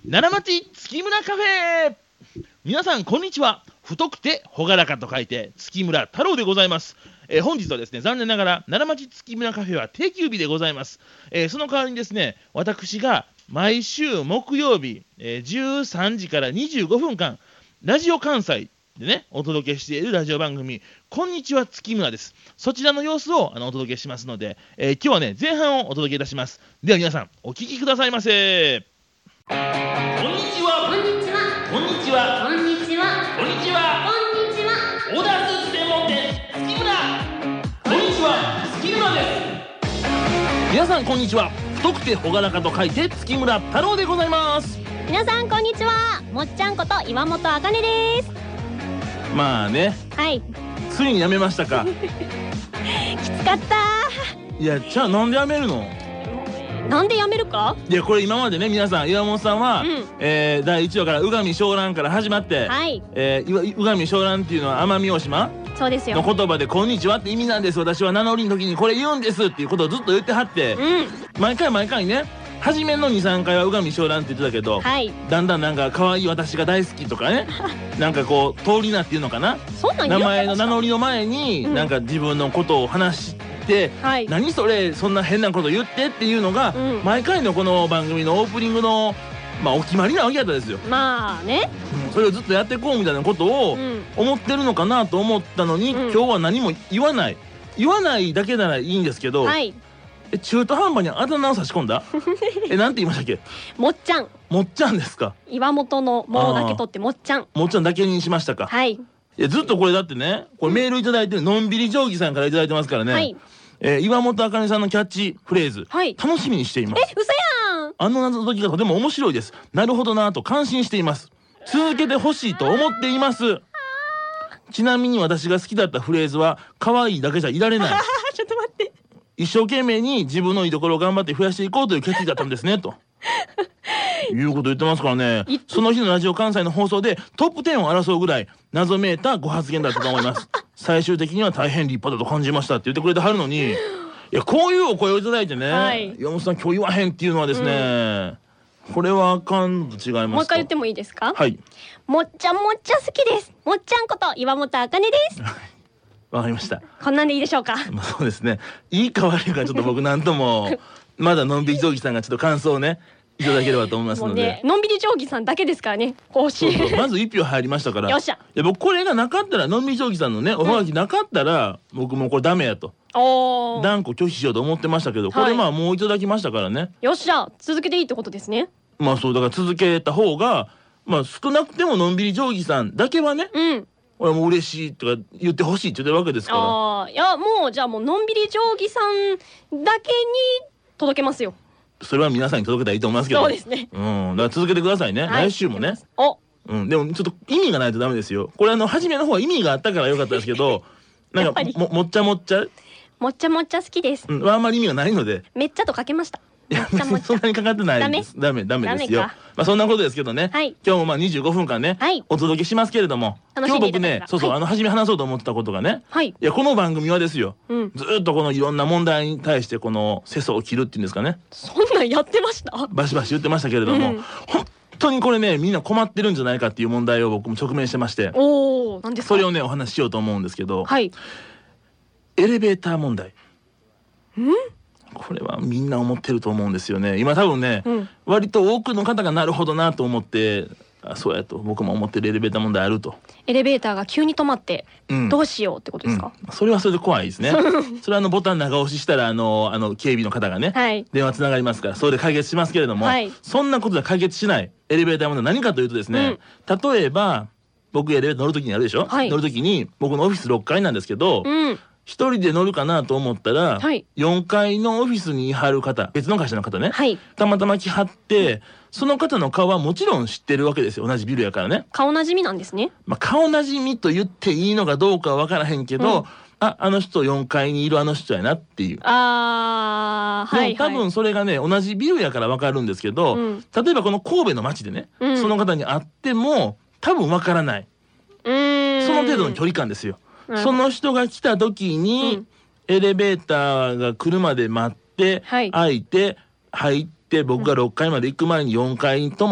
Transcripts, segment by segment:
奈良町月村カフェ。皆さんこんにちは。太くて朗らかと書いて月村太郎でございます。本日はですね、残念ながら奈良町月村カフェは定休日でございます。その代わりにですね、私が毎週木曜日、13時から25分間ラジオ関西でねお届けしているラジオ番組こんにちは月村です。そちらの様子をお届けしますので、今日はね前半をお届けいたします。では皆さんお聞きくださいませ。こんにちは。 こんにちは。 こんにちは。 こんにちは。 こんにちは。 こんにちは。 オーダースーツ専門店月村。こんにちは、月村です。皆さんこんにちは。太くて朗らかと書いて月村太郎でございます。 皆さんこんにちは。もっちゃんこと岩本あかねです。 まあね、 はい。 ついにやめましたか。 きつかった。 いや、じゃあなんでやめるの。 なんでやめるか。 いや、これ今までね、皆さん岩本さんは、第1話から宇上昇蘭から始まって、 はい。 宇上昇蘭っていうのは奄美大島そうですよ。 の言葉でこんにちはって意味なんです。私は名乗りの時にこれ言うんですっていうことをずっと言ってはって、毎回ね、初めの 2,3 回は宇上昇蘭って言ってたけど、 はい。 だんだんなんか可愛い私が大好きとかねなんかこう通り名っていうのかな、 そんなん名前の名乗りの前に、なんか自分のことを話して、 はい。 何それそんな変なこと言ってっていうのが、毎回のこの番組のオープニングのお決まりなわけやったですよ。 まあね。 それをずっとやっていこうみたいなことを思ってるのかなと思ったのに、今日は何も言わないだけならいいんですけど、 はい。 中途半端にあだ名を差し込んだなんて言いましたっけ。 もっちゃん。 もっちゃんですか。 岩本のもうだけ取ってもっちゃん。 もっちゃんだけにしましたか。 はい。 いやずっとこれだってね、これメールいただいてるのんびり定規さんからいただいてますからね、 はい。 岩本あかねさんのキャッチフレーズ、 はい。 楽しみにしています。 嘘やん。 あの謎解きがとても面白いです。なるほどなぁと感心しています。続けてほしいと思っています。ちなみに私が好きだったフレーズは可愛いだけじゃいられないちょっと待って。 一生懸命に自分のいいところを頑張って増やしていこうという決意だったんですねということ言ってますからね。その日のラジオ関西の放送でトップ10を争うぐらい謎めいたご発言だったと思います。最終的には大変立派だと感じましたって言ってくれてはるのに、いやこういうお声をいただいてね、 はい、 岩本さん今日言わへんっていうのはですね、これはあかんと違いますか。 もう一回言ってもいいですか。 はい。 もっちゃん好きです。もっちゃんこと岩本あかねですわかりました。 こんなんでいいでしょうか。 そうですね。いいか悪いかちょっと僕なんともまだのんびり定規さんがちょっと感想をねいただければと思いますので。 ね、のんびり定規さんだけですからね。講師。 まず1票入りましたから。 よっしゃ。 いや僕これがなかったらのんびり定規さんのねおはがきなかったら、僕もこれダメやと。断固拒否しようと思ってましたけど、これもういただきましたからね。 よっしゃ、続けていいってことですね。 そうだから続けた方が少なくてものんびり定規さんだけはね。俺も嬉しいとか言ってほしいって言ってるわけですから。 いやもうじゃあもうのんびり定規さんだけに届けますよ。 それは皆さんに届けたらいいと思いますけど。 そうですね。 だから続けてくださいね。来週もね。でもちょっと意味がないとダメですよ。これ初めの方は意味があったから良かったですけど、なんかもっちゃ好きです。 あんまり意味がないので。 めっちゃとかけました。 そんなにかかってないです。ダメですよ。そんなことですけどね。今日も25分間ねお届けしますけれども、今日僕ね初め話そうと思ってたことがね、いやこの番組はですよ、ずっとこのいろんな問題に対してこの世相を切るっていうんですかね、 そんなんやってました。 バシバシ言ってましたけれども、本当にこれねみんな困ってるんじゃないかっていう問題を僕も直面してまして、それをねお話ししようと思うんですけど、エレベーター問題。これはみんな思ってると思うんですよね。今多分ね、割と多くの方がなるほどなと思って、そうやと僕も思ってるエレベーター問題あると。 エレベーターが急に止まってどうしようってことですか。 それはそれで怖いですね。それはボタン長押ししたら警備の方がね、電話つながりますからそれで解決しますけれども、そんなことで解決しないエレベーター問題何かというとですね、例えば僕エレベーター乗る時にあるでしょ、乗る時に僕のオフィス6階なんですけど、一人で乗るかなと思ったら、4階のオフィスにいはる方、別の会社の方ね、たまたま来はって、その方の顔はもちろん知ってるわけですよ。同じビルやからね。 顔なじみなんですね。 顔なじみと言っていいのかどうかは分からへんけど、あの人4階にいるあの人やなっていう。でも多分それがね同じビルやから分かるんですけど、例えばこの神戸の街でね、その方に会っても多分分からない。その程度の距離感ですよ。その人が来た時に、エレベーターが来るまで待って、開いて入って僕が6階まで行く前に4階に止まっ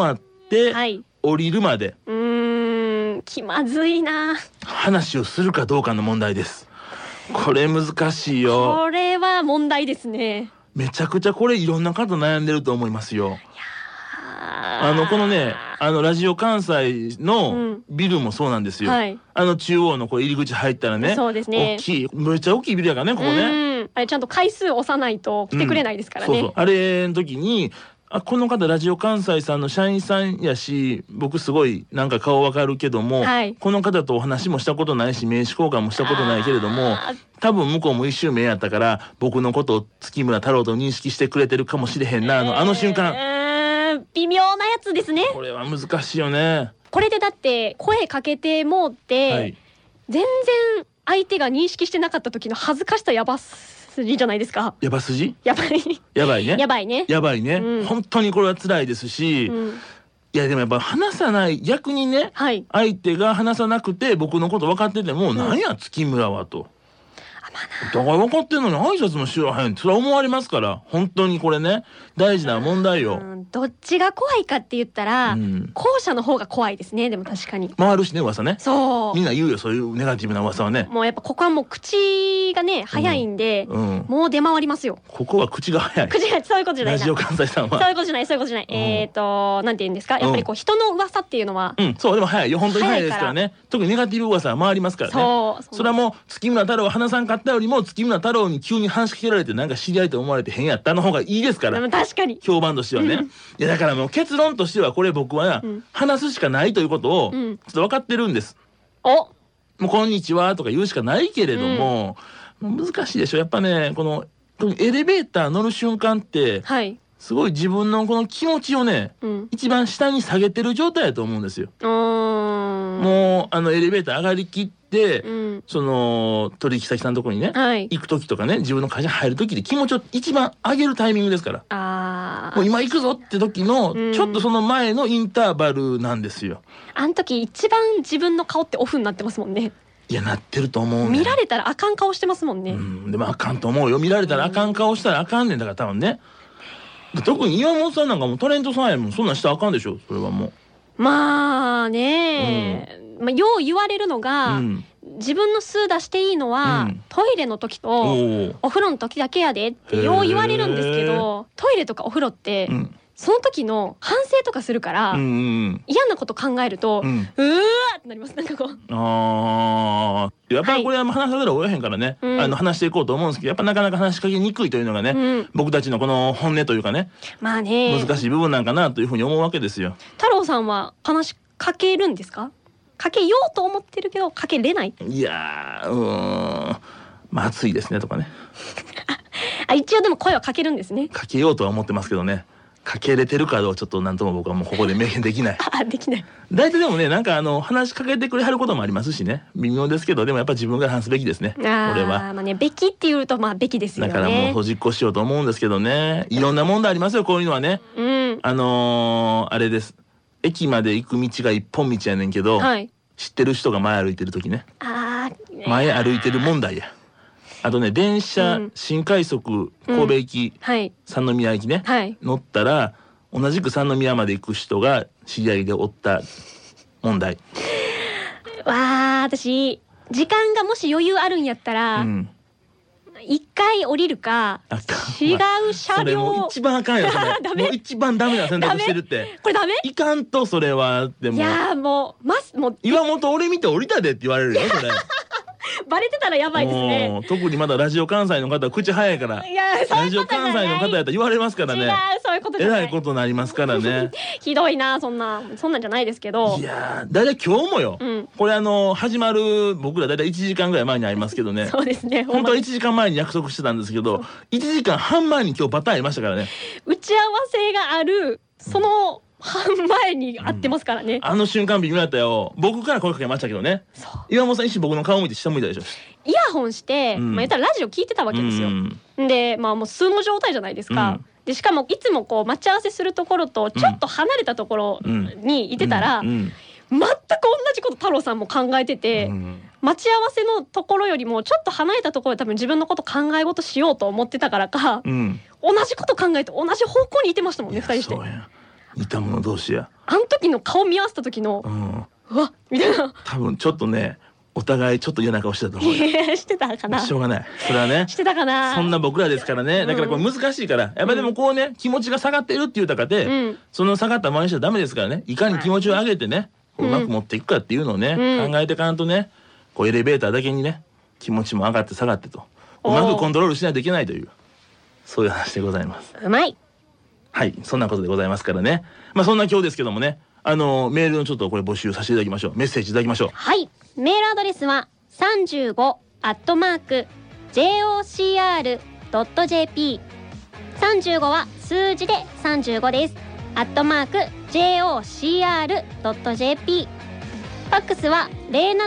ってはい降りるまで気まずいな。 話をするかどうかの問題です。これ難しいよ。 これは問題ですね。 めちゃくちゃこれいろんな方悩んでると思いますよ。このねラジオ関西のビルもそうなんですよ。 はい、 中央のこれ入り口入ったらね、 そうですね、 大きいめっちゃ大きいビルやからねここね。 あれちゃんと回数押さないと来てくれないですからね。 そうそう、あれの時にこの方ラジオ関西さんの社員さんやし、僕すごいなんか顔わかるけども、 はい、 この方とお話もしたことないし名刺交換もしたことないけれども、多分向こうも一周目やったから僕のことを月村太郎と認識してくれてるかもしれへんな、あの瞬間、 微妙なやつですね。 これは難しいよね。 これでだって声かけてもって、はい、全然相手が認識してなかった時の恥ずかしさやば筋じゃないですか。 やば筋？ やばいね。 やばいね。やばいね、本当にこれは辛いですし、いやでもやっぱ話さない逆にね、はい、相手が話さなくて僕のこと分かってても、なんや月村はと。だから分かってんのに挨拶もしようへんってそれは思われますから、本当にこれね大事な問題よ。 どっちが怖いかって言ったら、後者の方が怖いですね。でも確かに回るしね噂ね。 そうみんな言うよそういうネガティブな噂はね。 もうやっぱここはもう口がね早いんで、もう出回りますよ。 ここは口が早い。 口がそういうことじゃないな。 ラジオ関西さんはそういうことじゃないそういうことじゃない。なんて言うんですか、やっぱりこう人の噂っていうのは、 そうでも早いよ、本当に早いですからね。特にネガティブ噂は回りますからね。それはもう月村太郎は話さんかったよりも月村太郎に急に話しかけられてなんか知り合いと思われて変やったの方がいいですから。 確かに評判としてはね。いやだからもう結論としてはこれ僕は話すしかないということをちょっと分かってるんです。もうこんにちはとか言うしかないけれども、難しいでしょやっぱね。このエレベーター乗る瞬間って、すごい自分のこの気持ちをね、一番下に下げてる状態だと思うんですよ。もうエレベーター上がりきって、その取引先さんのところにね、行く時とかね、自分の会社に入る時で気持ちを一番上げるタイミングですから。もう今行くぞって時のちょっとその前のインターバルなんですよ。 あの時一番自分の顔ってオフになってますもんね。 いやなってると思うね。 見られたらあかん顔してますもんね。 でもあかんと思うよ。見られたらあかん顔したらあかんねんだから多分ね。特に岩本さんなんかもタレントさんやもん、そんなんしたらあかんでしょそれはもう。まあね、 よう言われるのが、自分の数出していいのは、トイレの時とお風呂の時だけやでってよう言われるんですけど、トイレとかお風呂って、その時の反省とかするから、嫌なこと考えると、うわーってなります。なんかこう。 やっぱりこれは話さざるを得へんからね、話していこうと思うんですけど、やっぱなかなか話しかけにくいというのがね、僕たちのこの本音というかね、難しい部分なんかなというふうに思うわけですよ。 太郎さんは話しかけるんですか？かけようと思ってるけどかけれない？ いやまあ暑いですねとかね。 一応でも声はかけるんですね。 かけようとは思ってますけどね。かけれてるかどうかちょっとなんとも僕はもうここで明言できない。 できない。 大体でもね、なんか話しかけてくれはることもありますしね、微妙ですけど、でもやっぱ自分が話すべきですね。これは。まあね、べきっていうとべきですよね。 だからもう閉じっこしようと思うんですけどね。いろんな問題ありますよこういうのはね。あれです。駅まで行く道が一本道やねんけど、知ってる人が前歩いてる時ね。前歩いてる問題や。あとね、電車、新快速神戸行き、三宮行きね、乗ったら同じく三宮まで行く人が知り合いでおった問題。 私時間がもし余裕あるんやったら、一回降りるか違う車両。それもう一番あかんよそれ。もう一番ダメな選択してるって。これダメ？いかんとそれは。でもいやもう岩本俺見て降りたでって言われるよそれ。 バレてたらやばいですね。 特にまだラジオ関西の方は口早いから、ラジオ関西の方やったら言われますからね。 そういうことじゃない。 えらいことになりますからね。 ひどいな、そんなんじゃないですけど。 いやだいたい今日もよ、これ始まる僕らだいたい1時間ぐらい前に会いますけどね。 そうですね。 本当は1時間前に約束してたんですけど、1時間半前に今日バター会いましたからね。 打ち合わせがあるその半前に会ってますからね。 あの瞬間微妙だったよ。僕から声かけましたけどね。岩本さん一瞬僕の顔見て下向いたでしょ。 イヤホンして、言ったらラジオ聞いてたわけですよ。でもう素の状態じゃないですか。でしかもいつもこう待ち合わせするところとちょっと離れたところにいてたら、全く同じこと太郎さんも考えてて、待ち合わせのところよりもちょっと離れたところで多分自分のこと考え事しようと思ってたからか、同じこと考えて同じ方向にいてましたもんね、2人して。 似た者同士や。 あの時の顔見合わせた時の、うわみたいな。 多分ちょっとね、お互いちょっと嫌な顔してたと思う。 してたかな。 しょうがない。それはね。 してたかな。 そんな僕らですからね。だからこれ難しいから、やっぱでもこうね、気持ちが下がっているっていう中で、その下がったままにしちゃダメですからね。いかに気持ちを上げてね、うまく持っていくかっていうのをね、考えていかんとね、こうエレベーターだけにね、気持ちも上がって下がってと、うまくコントロールしないといけないという、そういう話でございます。 うまい。 はい、そんなことでございますからね。そんな今日ですけどもね、メールのちょっとこれ募集させていただきましょう。メッセージいただきましょう。 はい、メールアドレスは35@jocr.jp。 35は数字で35です。@jocr.jp。 ファックスは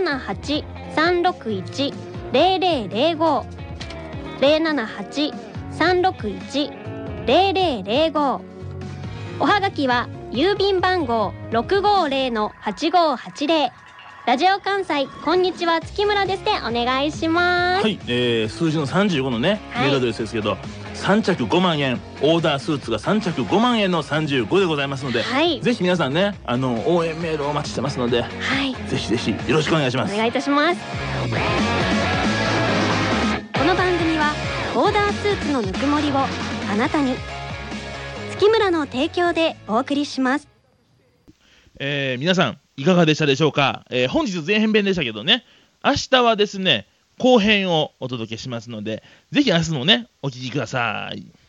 078-361-0005 078-361-0005。おはがきは郵便番号 650-8580。 ラジオ関西こんにちは月村ですでお願いします。 はい、数字の35のね、メールアドレスですけど、3着5万円、オーダースーツが3着5万円の35でございますので、ぜひ皆さんね、応援メールをお待ちしてますので、ぜひぜひよろしくお願いします。 お願いいたします。この番組はオーダースーツのぬくもりをあなたに、月村の提供でお送りします。 皆さんいかがでしたでしょうか。本日前編でしたけどね、明日はですね後編をお届けしますので、ぜひ明日もねお聞きください。